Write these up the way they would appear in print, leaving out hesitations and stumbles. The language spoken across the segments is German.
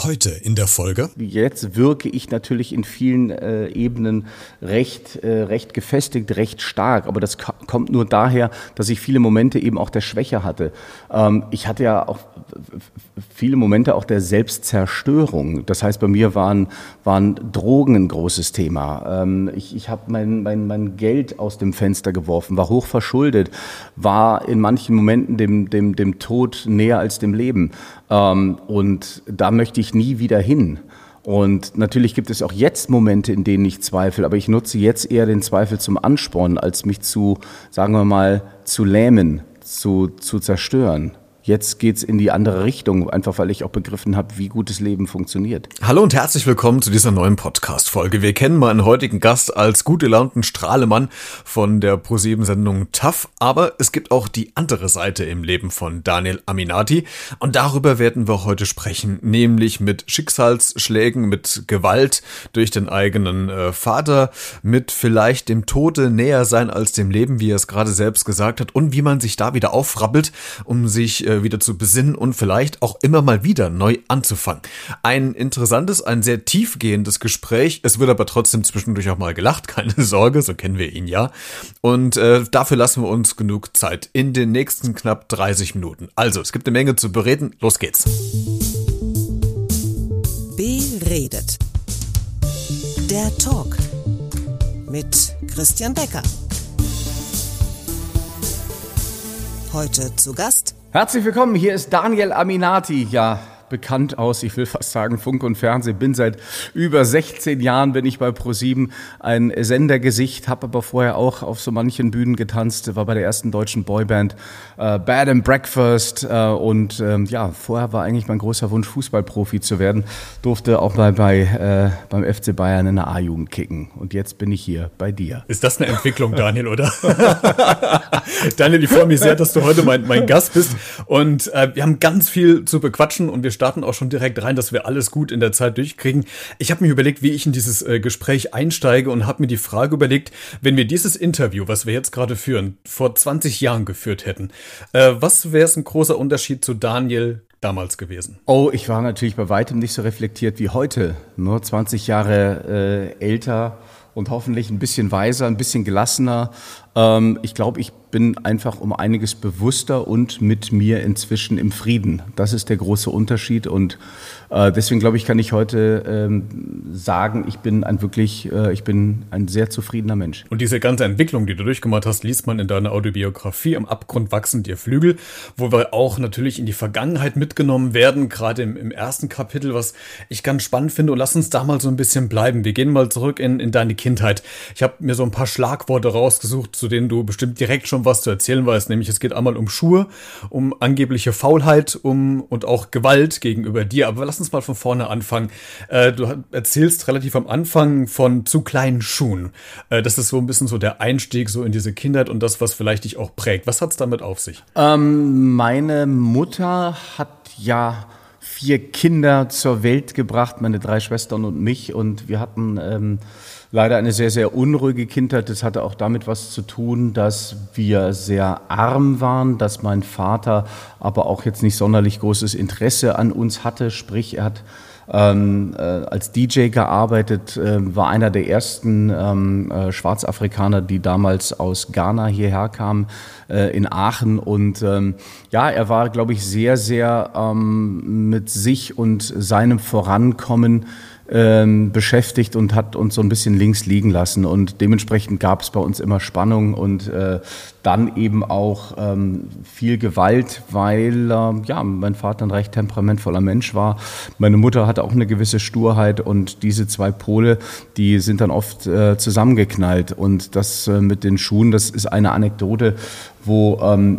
Heute in der Folge. Jetzt wirke ich natürlich in vielen Ebenen recht gefestigt, recht stark. Aber das kommt nur daher, dass ich viele Momente eben auch der Schwäche hatte. Ich hatte ja auch viele Momente auch der Selbstzerstörung. Das heißt, bei mir waren Drogen ein großes Thema. Ich habe mein Geld aus dem Fenster geworfen, war hoch verschuldet, war in manchen Momenten dem Tod näher als dem Leben. Und da möchte ich nie wieder hin. Und natürlich gibt es auch jetzt Momente, in denen ich zweifle, aber ich nutze jetzt eher den Zweifel zum Ansporn, als mich zu lähmen, zu zerstören. Jetzt geht's in die andere Richtung, einfach weil ich auch begriffen habe, wie gutes Leben funktioniert. Hallo und herzlich willkommen zu dieser neuen Podcast-Folge. Wir kennen meinen heutigen Gast als gut gelaunten Strahlemann von der ProSieben-Sendung TAF, aber es gibt auch die andere Seite im Leben von Daniel Aminati und darüber werden wir heute sprechen, nämlich mit Schicksalsschlägen, mit Gewalt durch den eigenen Vater, mit vielleicht dem Tode näher sein als dem Leben, wie er es gerade selbst gesagt hat, und wie man sich da wieder aufrappelt, um sich wieder zu besinnen und vielleicht auch immer mal wieder neu anzufangen. Ein interessantes, ein sehr tiefgehendes Gespräch. Es wird aber trotzdem zwischendurch auch mal gelacht, keine Sorge, so kennen wir ihn ja. Und dafür lassen wir uns genug Zeit in den nächsten knapp 30 Minuten. Also, es gibt eine Menge zu bereden. Los geht's. Beredet. Der Talk mit Christian Becker. Heute zu Gast. Herzlich willkommen, hier ist Daniel Aminati, ja, bekannt aus, ich will fast sagen, Funk und Fernsehen. Bin seit über 16 Jahren bin ich bei ProSieben ein Sendergesicht, habe aber vorher auch auf so manchen Bühnen getanzt, war bei der ersten deutschen Boyband Bed and Breakfast und vorher war eigentlich mein großer Wunsch, Fußballprofi zu werden. Durfte auch mal beim FC Bayern in der A-Jugend kicken und jetzt bin ich hier bei dir. Ist das eine Entwicklung, Daniel, oder? Daniel, ich freue mich sehr, dass du heute mein Gast bist und wir haben ganz viel zu bequatschen und wir starten auch schon direkt rein, dass wir alles gut in der Zeit durchkriegen. Ich habe mir überlegt, wie ich in dieses Gespräch einsteige und habe mir die Frage überlegt, wenn wir dieses Interview, was wir jetzt gerade führen, vor 20 Jahren geführt hätten, was wäre es ein großer Unterschied zu Daniel damals gewesen? Oh, ich war natürlich bei weitem nicht so reflektiert wie heute. Nur 20 Jahre älter und hoffentlich ein bisschen weiser, ein bisschen gelassener. Ich glaube, ich bin einfach um einiges bewusster und mit mir inzwischen im Frieden. Das ist der große Unterschied und deswegen glaube ich, kann ich heute sagen, ich bin ein sehr zufriedener Mensch. Und diese ganze Entwicklung, die du durchgemacht hast, liest man in deiner Autobiografie Am Abgrund wachsen dir Flügel, wo wir auch natürlich in die Vergangenheit mitgenommen werden, gerade im ersten Kapitel, was ich ganz spannend finde. Und lass uns da mal so ein bisschen bleiben. Wir gehen mal zurück in deine Kindheit. Ich habe mir so ein paar Schlagworte rausgesucht, zu denen du bestimmt direkt schon was zu erzählen weißt, nämlich es geht einmal um Schuhe, um angebliche Faulheit, und auch Gewalt gegenüber dir. Aber lass uns mal von vorne anfangen. Du erzählst relativ am Anfang von zu kleinen Schuhen. Das ist so ein bisschen so der Einstieg so in diese Kindheit und das, was vielleicht dich auch prägt. Was hat's damit auf sich? Meine Mutter hat ja 4 Kinder zur Welt gebracht, meine 3 Schwestern und mich, und wir hatten leider eine sehr, sehr unruhige Kindheit. Das hatte auch damit was zu tun, dass wir sehr arm waren, dass mein Vater aber auch jetzt nicht sonderlich großes Interesse an uns hatte. Sprich, er hat als DJ gearbeitet, war einer der ersten Schwarzafrikaner, die damals aus Ghana hierher kamen, in Aachen. Und er war, glaube ich, sehr, sehr mit sich und seinem Vorankommen beschäftigt und hat uns so ein bisschen links liegen lassen, und dementsprechend gab es bei uns immer Spannung und dann eben auch viel Gewalt, weil mein Vater ein recht temperamentvoller Mensch war. Meine Mutter hatte auch eine gewisse Sturheit, und diese 2 Pole, die sind dann oft zusammengeknallt, und das mit den Schuhen, das ist eine Anekdote, wo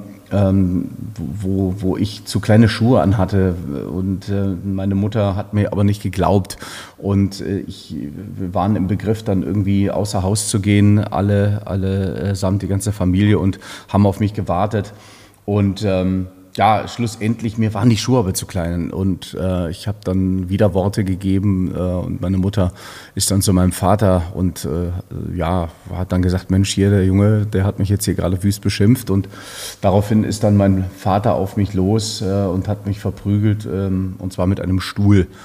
ich zu kleine Schuhe anhatte, und meine Mutter hat mir aber nicht geglaubt, und wir waren im Begriff, dann irgendwie außer Haus zu gehen, alle samt die ganze Familie, und haben auf mich gewartet, und schlussendlich, mir waren die Schuhe aber zu klein, und ich habe dann Widerworte gegeben, und meine Mutter ist dann zu meinem Vater und hat dann gesagt, Mensch, hier der Junge, der hat mich jetzt hier gerade wüst beschimpft, und daraufhin ist dann mein Vater auf mich los und hat mich verprügelt, und zwar mit einem Stuhl.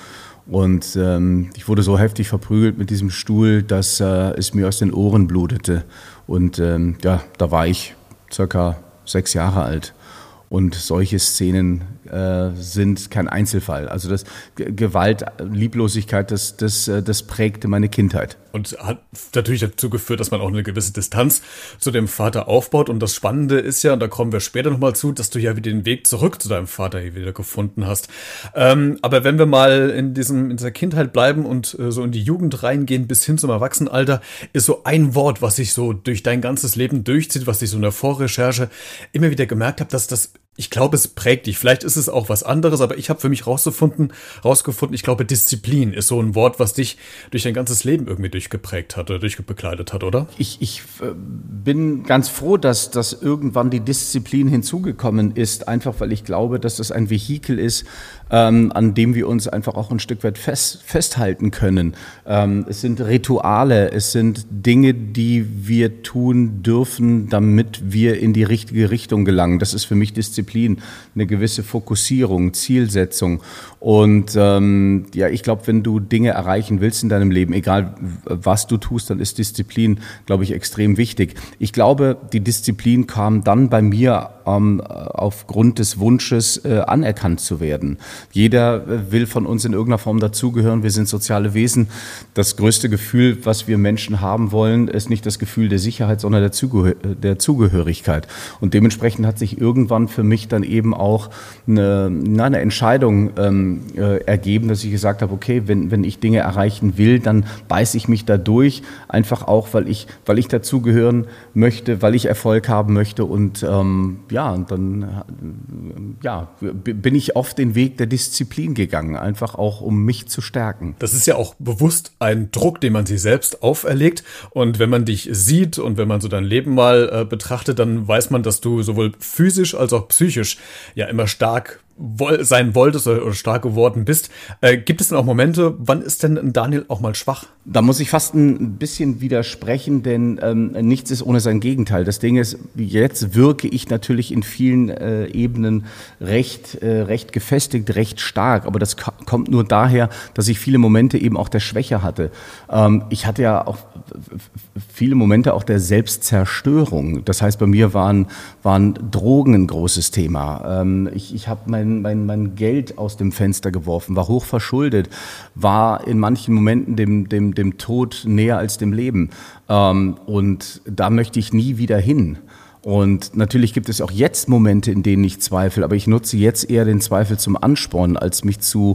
Und ich wurde so heftig verprügelt mit diesem Stuhl, dass es mir aus den Ohren blutete. Und da war ich circa 6 Jahre alt. Und solche Szenen sind kein Einzelfall. Also das Gewalt, Lieblosigkeit, das prägte meine Kindheit. Und hat natürlich dazu geführt, dass man auch eine gewisse Distanz zu dem Vater aufbaut. Und das Spannende ist ja, und da kommen wir später nochmal zu, dass du ja wieder den Weg zurück zu deinem Vater hier wieder gefunden hast. Aber wenn wir mal in dieser Kindheit bleiben und so in die Jugend reingehen bis hin zum Erwachsenenalter, ist so ein Wort, was sich so durch dein ganzes Leben durchzieht, was ich so in der Vorrecherche immer wieder gemerkt habe, dass das, ich glaube, es prägt dich. Vielleicht ist es auch was anderes, aber ich habe für mich rausgefunden, ich glaube, Disziplin ist so ein Wort, was dich durch dein ganzes Leben irgendwie durchgeprägt hat oder durchbegleitet hat, oder? Ich bin ganz froh, dass irgendwann die Disziplin hinzugekommen ist, einfach weil ich glaube, dass das ein Vehikel ist, an dem wir uns einfach auch ein Stück weit festhalten können. Es sind Rituale, es sind Dinge, die wir tun dürfen, damit wir in die richtige Richtung gelangen. Das ist für mich Disziplin, eine gewisse Fokussierung, Zielsetzung. Und ich glaube, wenn du Dinge erreichen willst in deinem Leben, egal was du tust, dann ist Disziplin, glaube ich, extrem wichtig. Ich glaube, die Disziplin kam dann bei mir aufgrund des Wunsches, anerkannt zu werden. Jeder will von uns in irgendeiner Form dazugehören. Wir sind soziale Wesen. Das größte Gefühl, was wir Menschen haben wollen, ist nicht das Gefühl der Sicherheit, sondern der Zugehörigkeit. Und dementsprechend hat sich irgendwann für mich dann eben auch eine Entscheidung ergeben, dass ich gesagt habe, okay, wenn ich Dinge erreichen will, dann beiße ich mich da durch, einfach auch, weil ich dazugehören möchte, weil ich Erfolg haben möchte und dann bin ich auf den Weg der Disziplin gegangen, einfach auch, um mich zu stärken. Das ist ja auch bewusst ein Druck, den man sich selbst auferlegt, und wenn man dich sieht und wenn man so dein Leben mal betrachtet, dann weiß man, dass du sowohl physisch als auch psychisch ja immer stark sein wolltest oder stark geworden bist. Gibt es denn auch Momente, wann ist denn Daniel auch mal schwach? Da muss ich fast ein bisschen widersprechen, denn nichts ist ohne sein Gegenteil. Das Ding ist, jetzt wirke ich natürlich in vielen Ebenen recht gefestigt, recht stark, aber das kommt nur daher, dass ich viele Momente eben auch der Schwäche hatte. Ich hatte ja auch viele Momente auch der Selbstzerstörung. Das heißt, bei mir waren Drogen ein großes Thema. Ich habe mein Geld aus dem Fenster geworfen, war hoch verschuldet, war in manchen Momenten dem Tod näher als dem Leben. Und da möchte ich nie wieder hin. Und natürlich gibt es auch jetzt Momente, in denen ich zweifle, aber ich nutze jetzt eher den Zweifel zum Ansporn, als mich zu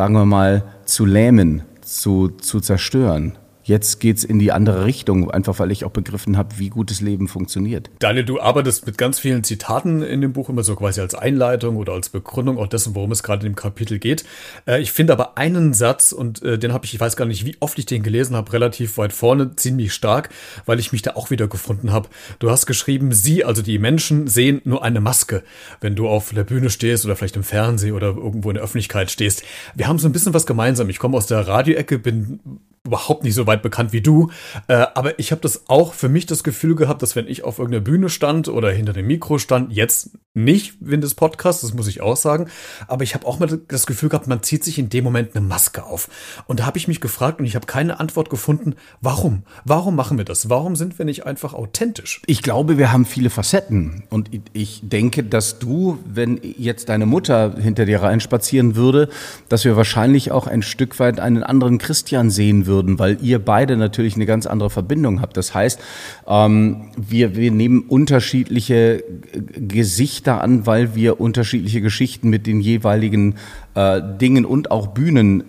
lähmen, zu zerstören. Jetzt geht's in die andere Richtung, einfach weil ich auch begriffen habe, wie gutes Leben funktioniert. Daniel, du arbeitest mit ganz vielen Zitaten in dem Buch, immer so quasi als Einleitung oder als Begründung auch dessen, worum es gerade in dem Kapitel geht. Ich finde aber einen Satz, und den habe ich weiß gar nicht, wie oft ich den gelesen habe, relativ weit vorne, ziemlich stark, weil ich mich da auch wieder gefunden habe. Du hast geschrieben, also die Menschen sehen nur eine Maske, wenn du auf der Bühne stehst oder vielleicht im Fernsehen oder irgendwo in der Öffentlichkeit stehst. Wir haben so ein bisschen was gemeinsam. Ich komme aus der Radioecke, bin überhaupt nicht so weit bekannt wie du, aber ich habe das auch für mich das Gefühl gehabt, dass wenn ich auf irgendeiner Bühne stand oder hinter dem Mikro stand, jetzt nicht während des Podcasts, das muss ich auch sagen, aber ich habe auch mal das Gefühl gehabt, man zieht sich in dem Moment eine Maske auf. Und da habe ich mich gefragt und ich habe keine Antwort gefunden, warum? Warum machen wir das? Warum sind wir nicht einfach authentisch? Ich glaube, wir haben viele Facetten und ich denke, dass du, wenn jetzt deine Mutter hinter dir reinspazieren würde, dass wir wahrscheinlich auch ein Stück weit einen anderen Christian sehen würden, weil ihr beide natürlich eine ganz andere Verbindung habt. Das heißt, wir nehmen unterschiedliche Gesichter an, weil wir unterschiedliche Geschichten mit den jeweiligen Dingen und auch Bühnen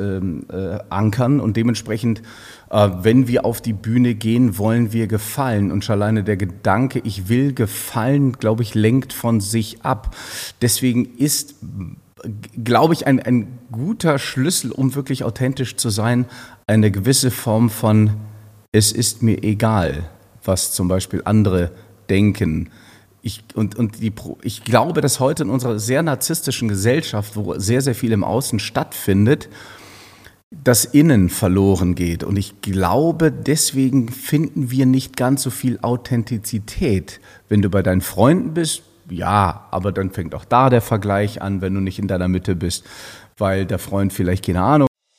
ankern und dementsprechend, wenn wir auf die Bühne gehen, wollen wir gefallen und schon alleine der Gedanke, ich will gefallen, glaube ich, lenkt von sich ab. Deswegen ist, glaube ich, ein guter Schlüssel, um wirklich authentisch zu sein, eine gewisse Form von es ist mir egal, was zum Beispiel andere denken. Ich glaube, dass heute in unserer sehr narzisstischen Gesellschaft, wo sehr, sehr viel im Außen stattfindet, das Innen verloren geht. Und ich glaube, deswegen finden wir nicht ganz so viel Authentizität. Wenn du bei deinen Freunden bist, ja, aber dann fängt auch da der Vergleich an, wenn du nicht in deiner Mitte bist, weil der Freund vielleicht, keine Ahnung,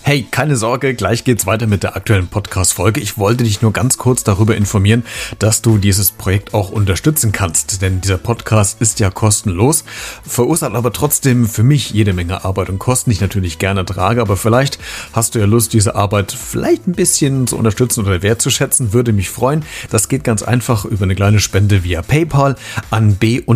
Hey, keine Sorge, gleich geht's weiter mit der aktuellen Podcast-Folge. Ich wollte dich nur ganz kurz darüber informieren, dass du dieses Projekt auch unterstützen kannst, denn dieser Podcast ist ja kostenlos, verursacht aber trotzdem für mich jede Menge Arbeit und Kosten, die ich natürlich gerne trage, aber vielleicht hast du ja Lust, diese Arbeit vielleicht ein bisschen zu unterstützen oder wertzuschätzen, würde mich freuen. Das geht ganz einfach über eine kleine Spende via PayPal an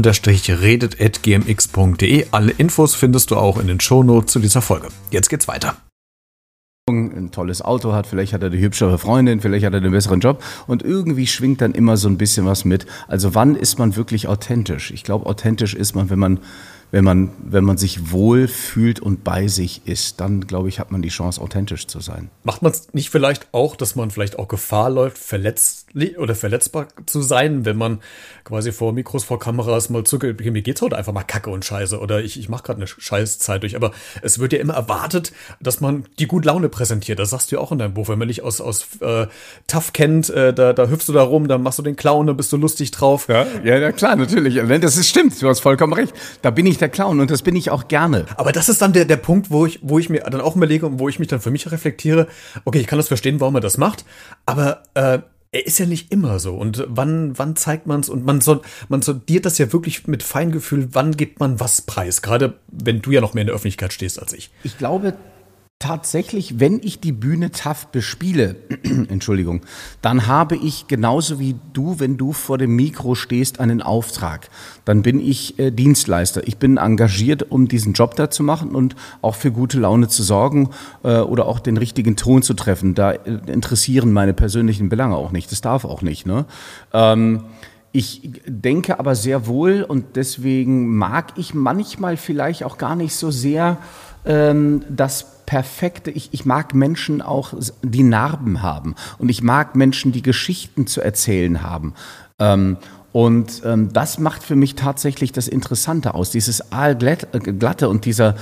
b-redet@gmx.de. Alle Infos findest du auch in den Shownotes zu dieser Folge. Jetzt geht's weiter. Ein tolles Auto hat, vielleicht hat er eine hübschere Freundin, vielleicht hat er einen besseren Job und irgendwie schwingt dann immer so ein bisschen was mit. Also wann ist man wirklich authentisch? Ich glaube, authentisch ist man, wenn man sich wohl fühlt und bei sich ist, dann glaube ich, hat man die Chance, authentisch zu sein. Macht man es nicht vielleicht auch, dass man vielleicht auch Gefahr läuft, verletzbar zu sein, wenn man quasi vor Mikros, vor Kameras mal zugeht, mir geht's heute einfach mal Kacke und Scheiße oder ich mache gerade eine Scheißzeit durch, aber es wird ja immer erwartet, dass man die gute Laune präsentiert. Das sagst du ja auch in deinem Buch, wenn man dich aus Tough kennt, da hüpfst du da rum, dann machst du den Clown, dann bist du lustig drauf. Ja, klar, natürlich. Stimmt, du hast vollkommen recht. Da bin ich der Clown und das bin ich auch gerne. Aber das ist dann der Punkt, wo ich mir dann auch überlege und wo ich mich dann für mich reflektiere, okay, ich kann das verstehen, warum er das macht, aber er ist ja nicht immer so. Und wann zeigt man es? Und man sondiert das ja wirklich mit Feingefühl, wann gibt man was preis? Gerade wenn du ja noch mehr in der Öffentlichkeit stehst als ich. Ich glaube tatsächlich, wenn ich die Bühne tough bespiele, Entschuldigung, dann habe ich genauso wie du, wenn du vor dem Mikro stehst, einen Auftrag. Dann bin ich Dienstleister. Ich bin engagiert, um diesen Job da zu machen und auch für gute Laune zu sorgen oder auch den richtigen Ton zu treffen. Da interessieren meine persönlichen Belange auch nicht. Das darf auch nicht, ne? Ich denke aber sehr wohl und deswegen mag ich manchmal vielleicht auch gar nicht so sehr das Perfekte. Ich mag Menschen auch, die Narben haben und ich mag Menschen, die Geschichten zu erzählen haben. Das macht für mich tatsächlich das Interessante aus. Dieses Aalglatte und dieser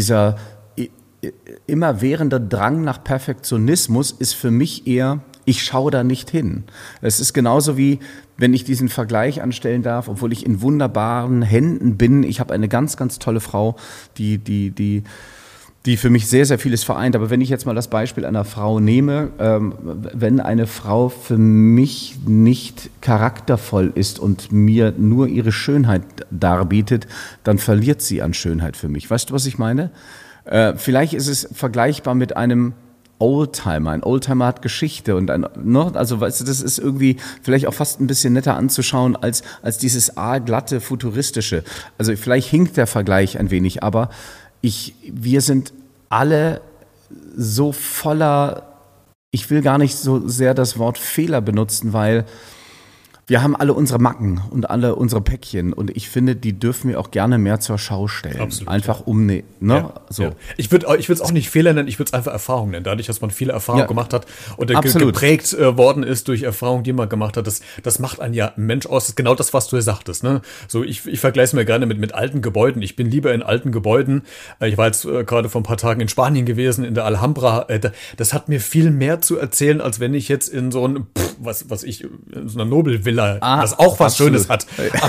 immerwährende Drang nach Perfektionismus ist für mich eher, ich schaue da nicht hin. Es ist genauso wie, wenn ich diesen Vergleich anstellen darf, obwohl ich in wunderbaren Händen bin. Ich habe eine ganz, ganz tolle Frau, die für mich sehr, sehr vieles vereint. Aber wenn ich jetzt mal das Beispiel einer Frau nehme, wenn eine Frau für mich nicht charaktervoll ist und mir nur ihre Schönheit darbietet, dann verliert sie an Schönheit für mich. Weißt du, was ich meine? Vielleicht ist es vergleichbar mit einem Oldtimer. Ein Oldtimer hat Geschichte und also weißt du, das ist irgendwie vielleicht auch fast ein bisschen netter anzuschauen als dieses aalglatte, futuristische. Also vielleicht hinkt der Vergleich ein wenig, aber wir sind alle so voller, ich will gar nicht so sehr das Wort Fehler benutzen, weil wir haben alle unsere Macken und alle unsere Päckchen und ich finde, die dürfen wir auch gerne mehr zur Schau stellen. Absolut, einfach so. Ja. Ich würde es auch nicht Fehler nennen, ich würde es einfach Erfahrung nennen. Dadurch, dass man viele Erfahrungen gemacht hat und geprägt worden ist durch Erfahrungen, die man gemacht hat, das macht einen ja ein Mensch aus. Das ist genau das, was du sagtest. Ne? So, ich vergleiche es mir gerne mit alten Gebäuden. Ich bin lieber in alten Gebäuden. Ich war jetzt gerade vor ein paar Tagen in Spanien gewesen, in der Alhambra. Das hat mir viel mehr zu erzählen, als wenn ich jetzt in so ein, in so einer Nobelvilla, das auch was Schönes hat.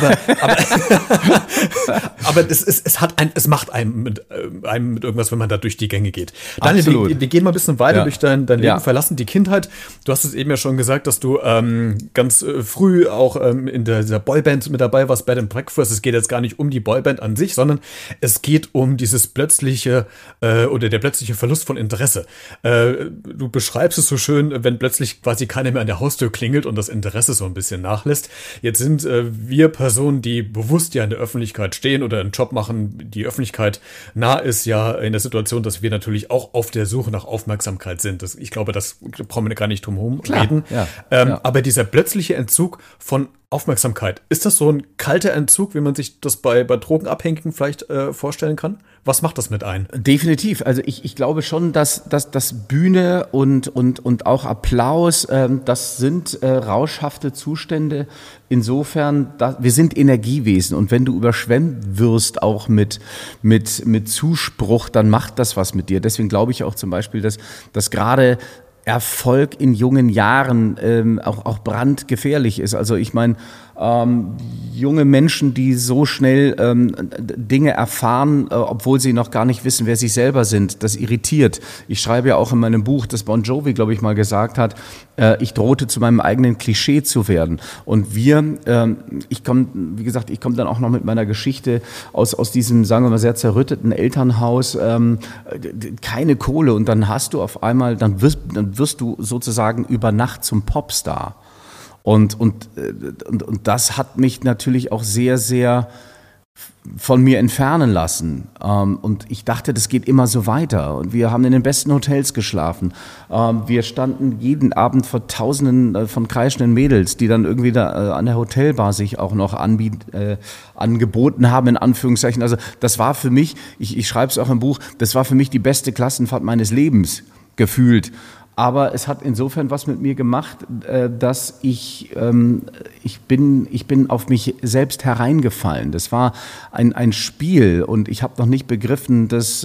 Aber es macht einem mit irgendwas, wenn man da durch die Gänge geht. Daniel, wir gehen mal ein bisschen weiter durch dein Leben, verlassen die Kindheit. Du hast es eben ja schon gesagt, dass du ganz früh auch in dieser Boyband mit dabei warst, Bed and Breakfast. Es geht jetzt gar nicht um die Boyband an sich, sondern es geht um dieses plötzliche oder der plötzliche Verlust von Interesse. Du beschreibst es so schön, wenn plötzlich quasi keiner mehr an der Haustür klingelt und das Interesse so ein bisschen nachlässt. Jetzt sind wir Personen, die bewusst ja in der Öffentlichkeit stehen oder einen Job machen, die Öffentlichkeit nah ist, ja in der Situation, dass wir natürlich auch auf der Suche nach Aufmerksamkeit sind. Ich glaube, das brauchen wir gar nicht drum herum reden. Aber dieser plötzliche Entzug von Aufmerksamkeit, ist das so ein kalter Entzug, wie man sich das bei Drogenabhängigen vielleicht vorstellen kann? Was macht das mit ein? Definitiv. Also ich glaube schon, dass Bühne und auch Applaus, das sind rauschhafte Zustände. Insofern, wir sind Energiewesen und wenn du überschwemmt wirst auch mit Zuspruch, dann macht das was mit dir. Deswegen glaube ich auch zum Beispiel, dass gerade Erfolg in jungen Jahren auch brandgefährlich ist. Also ich meine, junge Menschen, die so schnell Dinge erfahren, obwohl sie noch gar nicht wissen, wer sie selber sind. Das irritiert. Ich schreibe ja auch in meinem Buch, dass Bon Jovi, glaube ich, mal gesagt hat, ich drohte zu meinem eigenen Klischee zu werden. Und ich komme dann auch noch mit meiner Geschichte aus diesem, sagen wir mal, sehr zerrütteten Elternhaus, keine Kohle. Und dann hast du auf einmal, dann wirst du sozusagen über Nacht zum Popstar. Und das hat mich natürlich auch sehr, sehr von mir entfernen lassen. Und ich dachte, das geht immer so weiter. Und wir haben in den besten Hotels geschlafen. Wir standen jeden Abend vor Tausenden von kreischenden Mädels, die dann irgendwie da an der Hotelbar sich auch noch angeboten haben, in Anführungszeichen. Also das war für mich, ich schreibe es auch im Buch, das war für mich die beste Klassenfahrt meines Lebens, gefühlt. Aber es hat insofern was mit mir gemacht, dass ich bin auf mich selbst hereingefallen. Das war ein Spiel und ich habe noch nicht begriffen, dass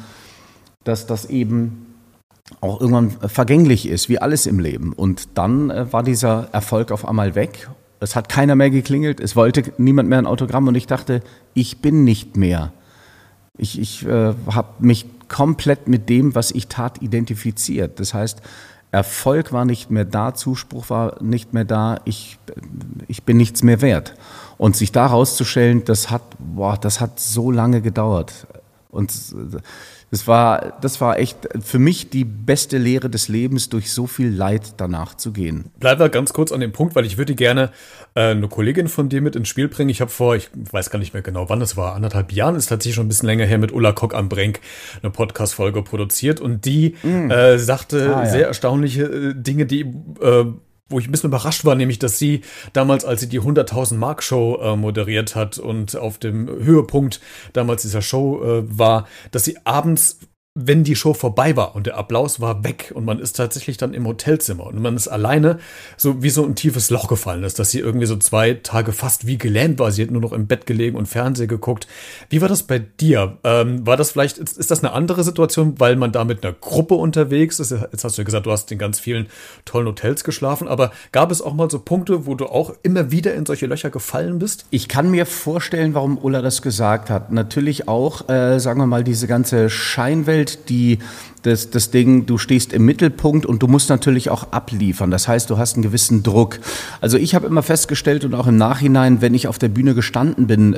das eben auch irgendwann vergänglich ist, wie alles im Leben. Und dann war dieser Erfolg auf einmal weg. Es hat keiner mehr geklingelt, es wollte niemand mehr ein Autogramm und ich dachte, ich bin nicht mehr. Ich habe mich komplett mit dem, was ich tat, identifiziert. Das heißt, Erfolg war nicht mehr da, Zuspruch war nicht mehr da, ich bin nichts mehr wert. Und sich da rauszustellen, das hat so lange gedauert. Und das war echt für mich die beste Lehre des Lebens, durch so viel Leid danach zu gehen. Bleiben wir ganz kurz an dem Punkt, weil ich würde gerne eine Kollegin von dir mit ins Spiel bringen. Ich habe ich weiß gar nicht mehr genau, wann es war, 1,5 Jahren, ist tatsächlich schon ein bisschen länger her, mit Ulla Kock am Brenk eine Podcast-Folge produziert. Und die sagte sehr erstaunliche Dinge, wo ich ein bisschen überrascht war, nämlich, dass sie damals, als sie die 100.000 Mark Show moderiert hat und auf dem Höhepunkt damals dieser Show war, dass sie abends, wenn die Show vorbei war und der Applaus war weg und man ist tatsächlich dann im Hotelzimmer und man ist alleine, so wie so ein tiefes Loch gefallen ist, dass sie irgendwie so 2 Tage fast wie gelähmt war. Sie hat nur noch im Bett gelegen und Fernsehen geguckt. Wie war das bei dir? War das vielleicht, ist das eine andere Situation, weil man da mit einer Gruppe unterwegs ist? Jetzt hast du ja gesagt, du hast in ganz vielen tollen Hotels geschlafen, aber gab es auch mal so Punkte, wo du auch immer wieder in solche Löcher gefallen bist? Ich kann mir vorstellen, warum Ulla das gesagt hat. Natürlich auch, sagen wir mal, diese ganze Scheinwelt, das Ding, du stehst im Mittelpunkt und du musst natürlich auch abliefern. Das heißt, du hast einen gewissen Druck. Also ich habe immer festgestellt und auch im Nachhinein, wenn ich auf der Bühne gestanden bin,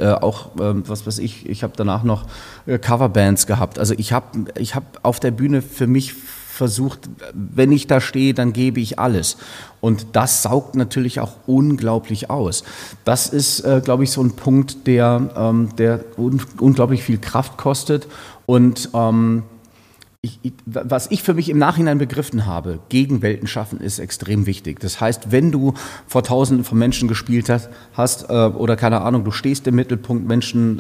ich habe danach noch Coverbands gehabt. Also ich habe auf der Bühne für mich versucht, wenn ich da stehe, dann gebe ich alles. Und das saugt natürlich auch unglaublich aus. Das ist, glaube ich, so ein Punkt, der unglaublich viel Kraft kostet. Und was ich für mich im Nachhinein begriffen habe, Gegenwelten schaffen, ist extrem wichtig. Das heißt, wenn du vor Tausenden von Menschen gespielt hast oder keine Ahnung, du stehst im Mittelpunkt, Menschen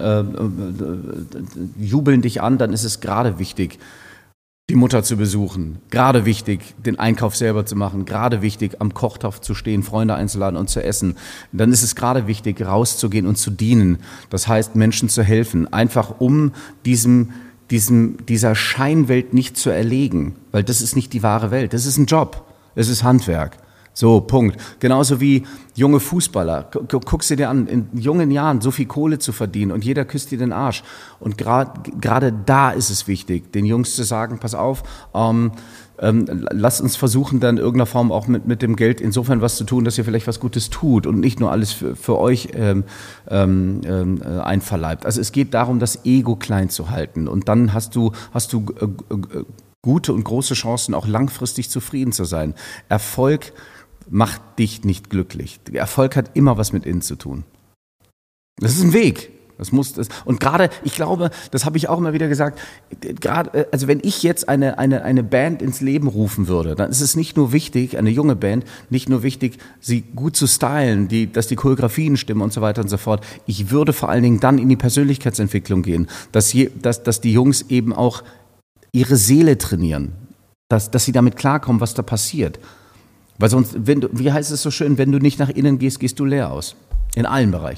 jubeln dich an, dann ist es gerade wichtig, die Mutter zu besuchen, gerade wichtig, den Einkauf selber zu machen, gerade wichtig, am Kochtopf zu stehen, Freunde einzuladen und zu essen. Dann ist es gerade wichtig, rauszugehen und zu dienen. Das heißt, Menschen zu helfen, einfach um dieser Scheinwelt nicht zu erlegen, weil das ist nicht die wahre Welt, das ist ein Job, es ist Handwerk. So, Punkt. Genauso wie junge Fußballer. Guck sie dir an, in jungen Jahren so viel Kohle zu verdienen und jeder küsst dir den Arsch. Und gerade da ist es wichtig, den Jungs zu sagen, pass auf, lasst uns versuchen, dann in irgendeiner Form auch mit dem Geld insofern was zu tun, dass ihr vielleicht was Gutes tut und nicht nur alles für euch einverleibt. Also es geht darum, das Ego klein zu halten und dann hast du gute und große Chancen, auch langfristig zufrieden zu sein. Erfolg macht dich nicht glücklich. Erfolg hat immer was mit innen zu tun. Das ist ein Weg. Und gerade, ich glaube, das habe ich auch immer wieder gesagt, gerade, also wenn ich jetzt eine Band ins Leben rufen würde, dann ist es nicht nur wichtig, eine junge Band, nicht nur wichtig, sie gut zu stylen, dass die Choreografien stimmen und so weiter und so fort. Ich würde vor allen Dingen dann in die Persönlichkeitsentwicklung gehen, dass die Jungs eben auch ihre Seele trainieren, dass sie damit klarkommen, was da passiert. Weil sonst, wie heißt es so schön, wenn du nicht nach innen gehst, gehst du leer aus. In allen Bereichen.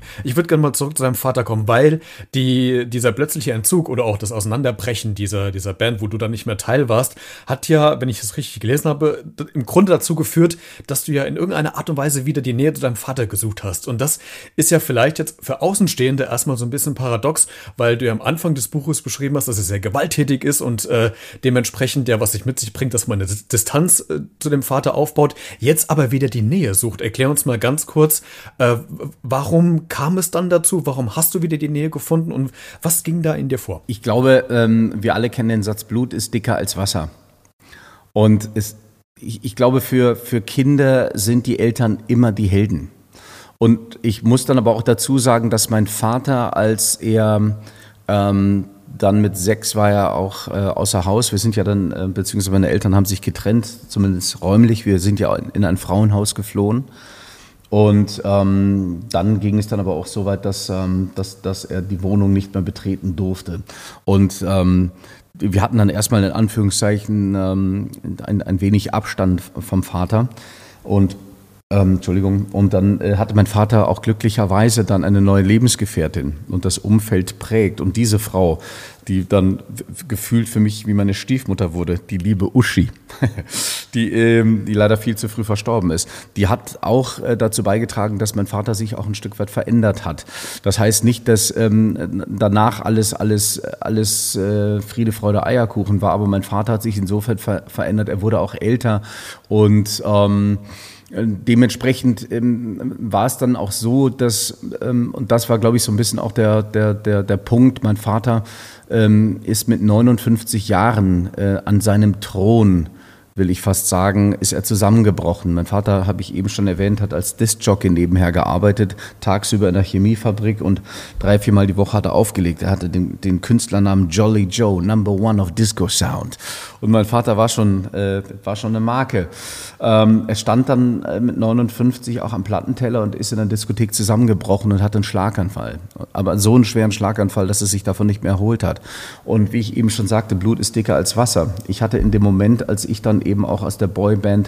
Ich würde gerne mal zurück zu deinem Vater kommen, weil dieser plötzliche Entzug oder auch das Auseinanderbrechen dieser Band, wo du dann nicht mehr Teil warst, hat ja, wenn ich es richtig gelesen habe, im Grunde dazu geführt, dass du ja in irgendeiner Art und Weise wieder die Nähe zu deinem Vater gesucht hast. Und das ist ja vielleicht jetzt für Außenstehende erstmal so ein bisschen paradox, weil du ja am Anfang des Buches beschrieben hast, dass er sehr gewalttätig ist und dementsprechend was sich mit sich bringt, dass man eine Distanz zu dem Vater aufbaut, jetzt aber wieder die Nähe sucht. Erklär uns mal ganz kurz, warum kam es dann dazu? Warum hast du wieder die Nähe gefunden und was ging da in dir vor? Ich glaube, wir alle kennen den Satz, Blut ist dicker als Wasser. Und ich glaube, für Kinder sind die Eltern immer die Helden. Und ich muss dann aber auch dazu sagen, dass mein Vater, als er dann mit 6 war er auch außer Haus. Wir sind ja dann, beziehungsweise meine Eltern haben sich getrennt, zumindest räumlich. Wir sind ja in ein Frauenhaus geflohen. Und dann ging es dann aber auch so weit, dass er die Wohnung nicht mehr betreten durfte. Und wir hatten dann erstmal in Anführungszeichen ein wenig Abstand vom Vater. Und und dann hatte mein Vater auch glücklicherweise dann eine neue Lebensgefährtin und das Umfeld prägt. Und diese Frau, die dann gefühlt für mich wie meine Stiefmutter wurde, die liebe Uschi, die leider viel zu früh verstorben ist, die hat auch dazu beigetragen, dass mein Vater sich auch ein Stück weit verändert hat. Das heißt nicht, dass danach alles Friede, Freude, Eierkuchen war, aber mein Vater hat sich insofern verändert. Er wurde auch älter und dementsprechend war es dann auch so, dass, und das war, glaube ich, so ein bisschen auch der Punkt, mein Vater ist mit 59 Jahren an seinem Thron, will ich fast sagen, ist er zusammengebrochen. Mein Vater, habe ich eben schon erwähnt, hat als Diskjockey nebenher gearbeitet, tagsüber in der Chemiefabrik und 3-4 Mal die Woche hat er aufgelegt. Er hatte den Künstlernamen Jolly Joe, Number One of Disco Sound. Und mein Vater war schon eine Marke. Er stand dann mit 59 auch am Plattenteller und ist in der Diskothek zusammengebrochen und hatte einen Schlaganfall. Aber so einen schweren Schlaganfall, dass er sich davon nicht mehr erholt hat. Und wie ich eben schon sagte, Blut ist dicker als Wasser. Ich hatte in dem Moment, als ich dann eben auch aus der Boyband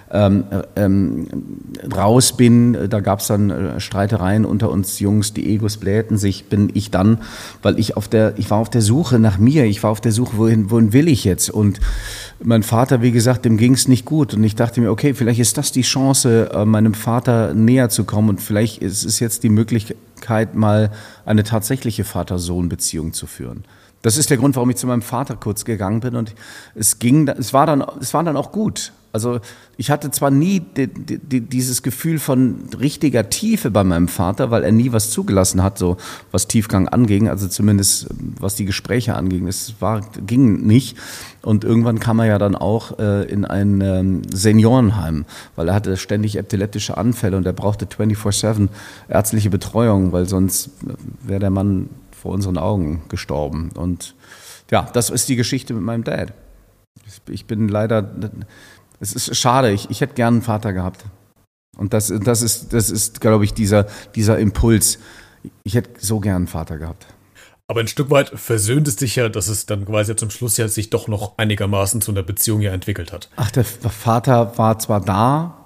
raus bin, da gab es dann Streitereien unter uns Jungs, die Egos blähten sich, bin ich dann, weil ich war auf der Suche nach mir, ich war auf der Suche, wohin will ich jetzt? Und mein Vater, wie gesagt, dem ging es nicht gut und ich dachte mir, okay, vielleicht ist das die Chance, meinem Vater näher zu kommen und vielleicht ist es jetzt die Möglichkeit, mal eine tatsächliche Vater-Sohn-Beziehung zu führen. Das ist der Grund, warum ich zu meinem Vater kurz gegangen bin und es war dann auch gut. Also ich hatte zwar nie dieses Gefühl von richtiger Tiefe bei meinem Vater, weil er nie was zugelassen hat, so was Tiefgang anging, also zumindest was die Gespräche anging. Ging nicht. Und irgendwann kam er ja dann auch in ein Seniorenheim, weil er hatte ständig epileptische Anfälle und er brauchte 24/7 ärztliche Betreuung, weil sonst wäre der Mann vor unseren Augen gestorben. Und ja, das ist die Geschichte mit meinem Dad. Ich bin leider... Es ist schade, ich hätte gern einen Vater gehabt. Und das ist, glaube ich, dieser Impuls. Ich hätte so gern einen Vater gehabt. Aber ein Stück weit versöhnt es dich ja, dass es dann quasi zum Schluss ja sich doch noch einigermaßen zu einer Beziehung ja entwickelt hat. Ach, der Vater war zwar da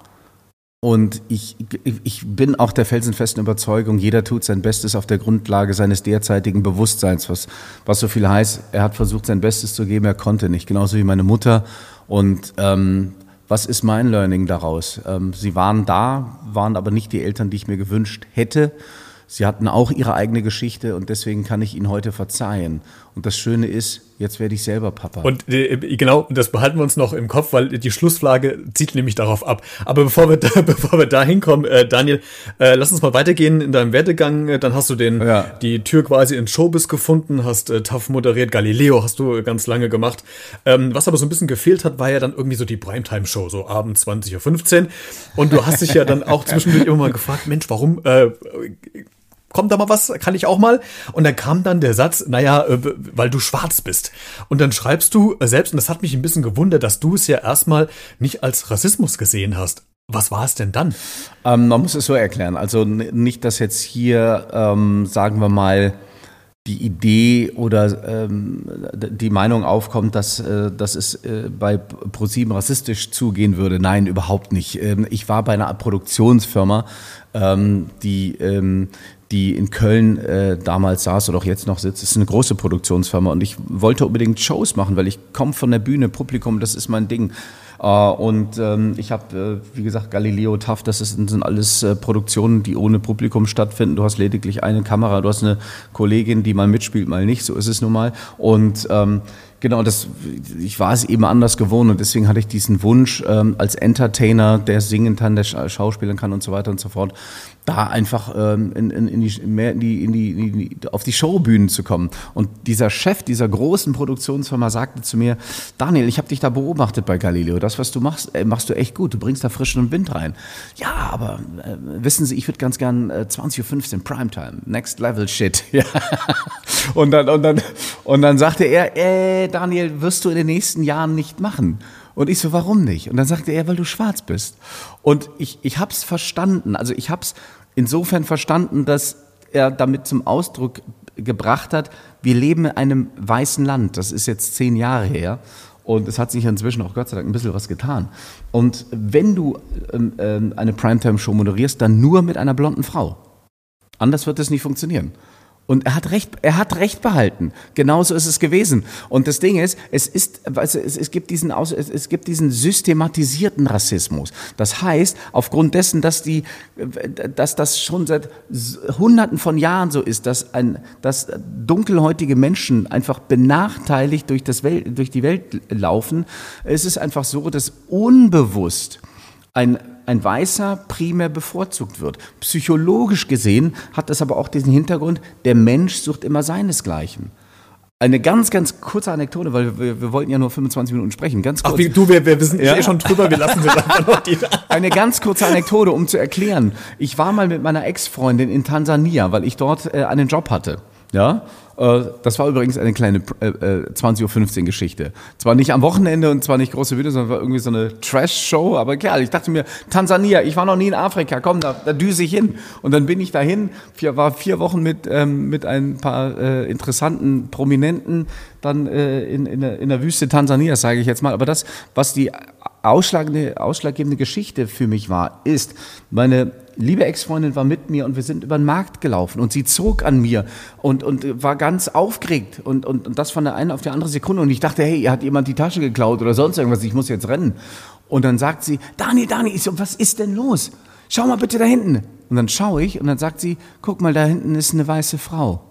und ich bin auch der felsenfesten Überzeugung, jeder tut sein Bestes auf der Grundlage seines derzeitigen Bewusstseins, was so viel heißt, er hat versucht, sein Bestes zu geben, er konnte nicht. Genauso wie meine Mutter. Und was ist mein Learning daraus? Sie waren da, waren aber nicht die Eltern, die ich mir gewünscht hätte. Sie hatten auch ihre eigene Geschichte und deswegen kann ich ihnen heute verzeihen. Und das Schöne ist, jetzt werde ich selber Papa. Und genau, das behalten wir uns noch im Kopf, weil die Schlussfrage zieht nämlich darauf ab. Aber bevor wir da hinkommen, Daniel, lass uns mal weitergehen in deinem Werdegang. Dann hast du die Tür quasi ins Showbiz gefunden, hast TAF moderiert, Galileo hast du ganz lange gemacht. Was aber so ein bisschen gefehlt hat, war ja dann irgendwie so die Primetime-Show, so abends 20:15 Uhr. Und du hast dich ja dann auch zwischendurch immer mal gefragt, Mensch, warum... kommt da mal was, kann ich auch mal? Und dann kam dann der Satz, weil du schwarz bist. Und dann schreibst du selbst, und das hat mich ein bisschen gewundert, dass du es ja erstmal nicht als Rassismus gesehen hast. Was war es denn dann? Man muss es so erklären. Also nicht, dass jetzt hier, sagen wir mal, die Idee oder die Meinung aufkommt, dass es bei ProSieben rassistisch zugehen würde. Nein, überhaupt nicht. Ich war bei einer Produktionsfirma, die in Köln damals saß oder auch jetzt noch sitzt. Es ist eine große Produktionsfirma und ich wollte unbedingt Shows machen, weil ich komme von der Bühne, Publikum, das ist mein Ding. Und ich habe, wie gesagt, Galileo, TAF, sind alles Produktionen, die ohne Publikum stattfinden. Du hast lediglich eine Kamera, du hast eine Kollegin, die mal mitspielt, mal nicht, so ist es nun mal. Und genau, ich war es eben anders gewohnt und deswegen hatte ich diesen Wunsch, als Entertainer, der singen kann, der schauspielern kann und so weiter und so fort, da einfach auf die Showbühnen zu kommen. Und dieser Chef dieser großen Produktionsfirma sagte zu mir: Daniel, ich habe dich da beobachtet bei Galileo. Das, was du machst, machst du echt gut. Du bringst da frischen Wind rein. Ja, aber wissen Sie, ich würde ganz gern 20:15 Uhr Primetime, Next Level Shit. Ja. Und dann sagte er: Daniel, wirst du in den nächsten Jahren nicht machen. Und ich so: Warum nicht? Und dann sagte er: Weil du schwarz bist. Und ich habe es verstanden. Also ich habe es insofern verstanden, dass er damit zum Ausdruck gebracht hat, wir leben in einem weißen Land. Das ist jetzt 10 Jahre her. Und es hat sich inzwischen auch Gott sei Dank ein bisschen was getan. Und wenn du eine Primetime-Show moderierst, dann nur mit einer blonden Frau. Anders wird es nicht funktionieren. Und er hat recht behalten. Genauso ist es gewesen. Und das Ding ist, es gibt diesen systematisierten Rassismus. Das heißt, aufgrund dessen, dass das schon seit Hunderten von Jahren so ist, dass dunkelhäutige Menschen einfach benachteiligt durch die Welt laufen, ist es einfach so, dass unbewusst ein Weißer primär bevorzugt wird. Psychologisch gesehen hat das aber auch diesen Hintergrund, der Mensch sucht immer seinesgleichen. Eine ganz, ganz kurze Anekdote, weil wir wollten ja nur 25 Minuten sprechen. Ganz kurz. Wir sind eh schon drüber, wir lassen es einfach noch die. Eine ganz kurze Anekdote, um zu erklären. Ich war mal mit meiner Ex-Freundin in Tansania, weil ich dort einen Job hatte. Ja, das war übrigens eine kleine 20:15 Uhr Geschichte. Zwar nicht am Wochenende und zwar nicht große Bühne, sondern war irgendwie so eine Trash-Show, aber klar, ich dachte mir, Tansania, ich war noch nie in Afrika, komm, da düse ich hin. Und dann bin ich dahin, war 4 Wochen mit ein paar interessanten Prominenten dann in der Wüste Tansanias, sage ich jetzt mal. Aber das, was die ausschlaggebende Geschichte für mich war, ist, meine liebe Ex-Freundin war mit mir und wir sind über den Markt gelaufen und sie zog an mir und war ganz aufgeregt und das von der einen auf die andere Sekunde und ich dachte, hey, hat jemand die Tasche geklaut oder sonst irgendwas, ich muss jetzt rennen. Und dann sagt sie: Dani, ich so: Was ist denn los? Schau mal bitte da hinten. Und dann schaue ich und dann sagt sie: Guck mal, da hinten ist eine weiße Frau.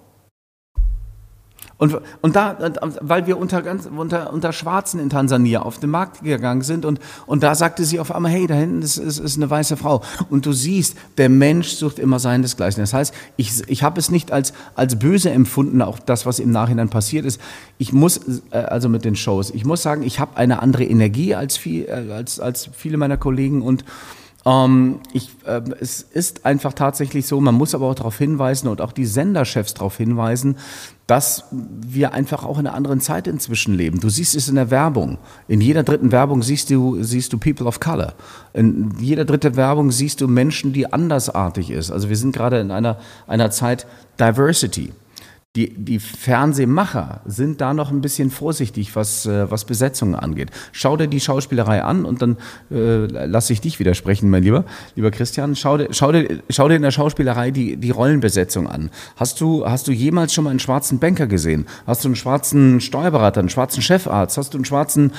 Und da, weil wir unter Schwarzen in Tansania auf den Markt gegangen sind und da sagte sie auf einmal: Hey, da hinten ist eine weiße Frau. Und du siehst, der Mensch sucht immer seinesgleichen. Das heißt, ich habe es nicht als böse empfunden, auch das, was im Nachhinein passiert ist. Ich muss, also mit den Shows, ich muss sagen, ich habe eine andere Energie als viele meiner Kollegen und es ist einfach tatsächlich so, man muss aber auch darauf hinweisen und auch die Senderchefs darauf hinweisen, dass wir einfach auch in einer anderen Zeit inzwischen leben. Du siehst es in der Werbung. In jeder dritten Werbung siehst du People of Color. In jeder dritten Werbung siehst du Menschen, die andersartig ist. Also wir sind gerade in einer Zeit Diversity. Die Fernsehmacher sind da noch ein bisschen vorsichtig, was Besetzungen angeht. Schau dir die Schauspielerei an und dann lasse ich dich widersprechen, mein lieber Christian. Schau dir in der Schauspielerei die Rollenbesetzung an. Hast du jemals schon mal einen schwarzen Banker gesehen? Hast du einen schwarzen Steuerberater, einen schwarzen Chefarzt? Hast du einen schwarzen,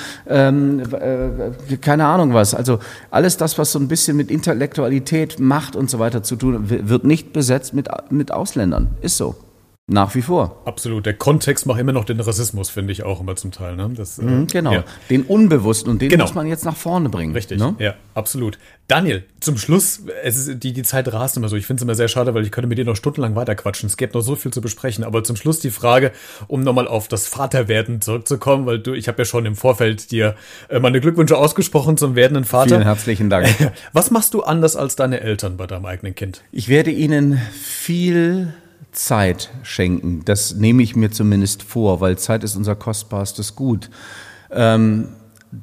keine Ahnung was? Also alles das, was so ein bisschen mit Intellektualität, Macht und so weiter zu tun, wird nicht besetzt mit Ausländern. Ist so. Nach wie vor. Absolut. Der Kontext macht immer noch den Rassismus, finde ich auch immer zum Teil. Ne? Genau. Ja. Den Unbewussten und den muss man jetzt nach vorne bringen. Richtig. Ne? Ja, absolut. Daniel, zum Schluss, die Zeit rast immer so. Ich finde es immer sehr schade, weil ich könnte mit dir noch stundenlang weiterquatschen. Es gäbe noch so viel zu besprechen. Aber zum Schluss die Frage, um nochmal auf das Vaterwerden zurückzukommen, weil ich habe ja schon im Vorfeld dir meine Glückwünsche ausgesprochen zum werdenden Vater. Vielen herzlichen Dank. Was machst du anders als deine Eltern bei deinem eigenen Kind? Ich werde ihnen viel Zeit schenken. Das nehme ich mir zumindest vor, weil Zeit ist unser kostbarstes Gut. Die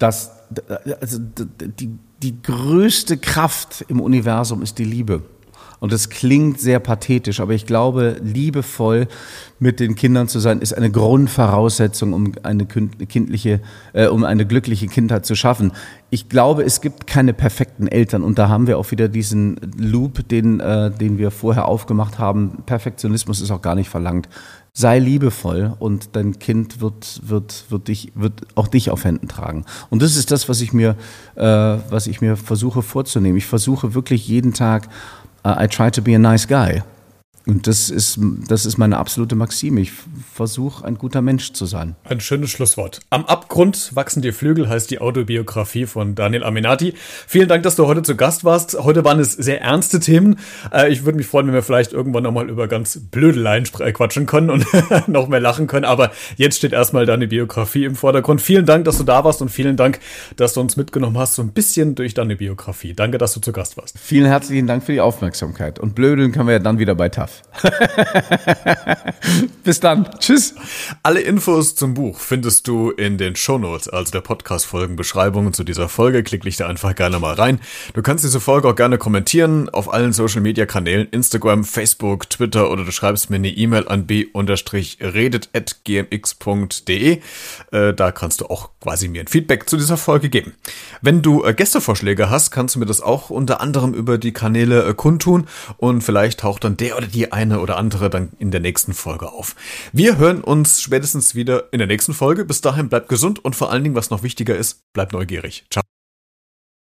größte Kraft im Universum ist die Liebe. Und das klingt sehr pathetisch, aber ich glaube, liebevoll mit den Kindern zu sein, ist eine Grundvoraussetzung, um eine glückliche Kindheit zu schaffen. Ich glaube, es gibt keine perfekten Eltern und da haben wir auch wieder diesen Loop, den wir vorher aufgemacht haben. Perfektionismus ist auch gar nicht verlangt. Sei liebevoll und dein Kind wird auch dich auf Händen tragen. Und das ist das, was ich mir versuche vorzunehmen. Ich versuche wirklich jeden Tag, I try to be a nice guy. Und das ist meine absolute Maxime. Ich versuche, ein guter Mensch zu sein. Ein schönes Schlusswort. Am Abgrund wachsen die Flügel heißt die Autobiografie von Daniel Aminati. Vielen Dank, dass du heute zu Gast warst. Heute waren es sehr ernste Themen. Ich würde mich freuen, wenn wir vielleicht irgendwann nochmal über ganz Blödeleien quatschen können und noch mehr lachen können. Aber jetzt steht erstmal deine Biografie im Vordergrund. Vielen Dank, dass du da warst und vielen Dank, dass du uns mitgenommen hast, so ein bisschen durch deine Biografie. Danke, dass du zu Gast warst. Vielen herzlichen Dank für die Aufmerksamkeit. Und blödeln können wir ja dann wieder bei TAF. Bis dann. Tschüss. Alle Infos zum Buch findest du in den Shownotes, also der Podcast-Folgenbeschreibung zu dieser Folge. Klick dich da einfach gerne mal rein. Du kannst diese Folge auch gerne kommentieren auf allen Social-Media-Kanälen, Instagram, Facebook, Twitter oder du schreibst mir eine E-Mail an b-redet@gmx.de. Da kannst du auch quasi mir ein Feedback zu dieser Folge geben. Wenn du Gästevorschläge hast, kannst du mir das auch unter anderem über die Kanäle kundtun und vielleicht taucht dann der oder die eine oder andere dann in der nächsten Folge auf. Wir hören uns spätestens wieder in der nächsten Folge. Bis dahin bleibt gesund und vor allen Dingen, was noch wichtiger ist, bleibt neugierig. Ciao.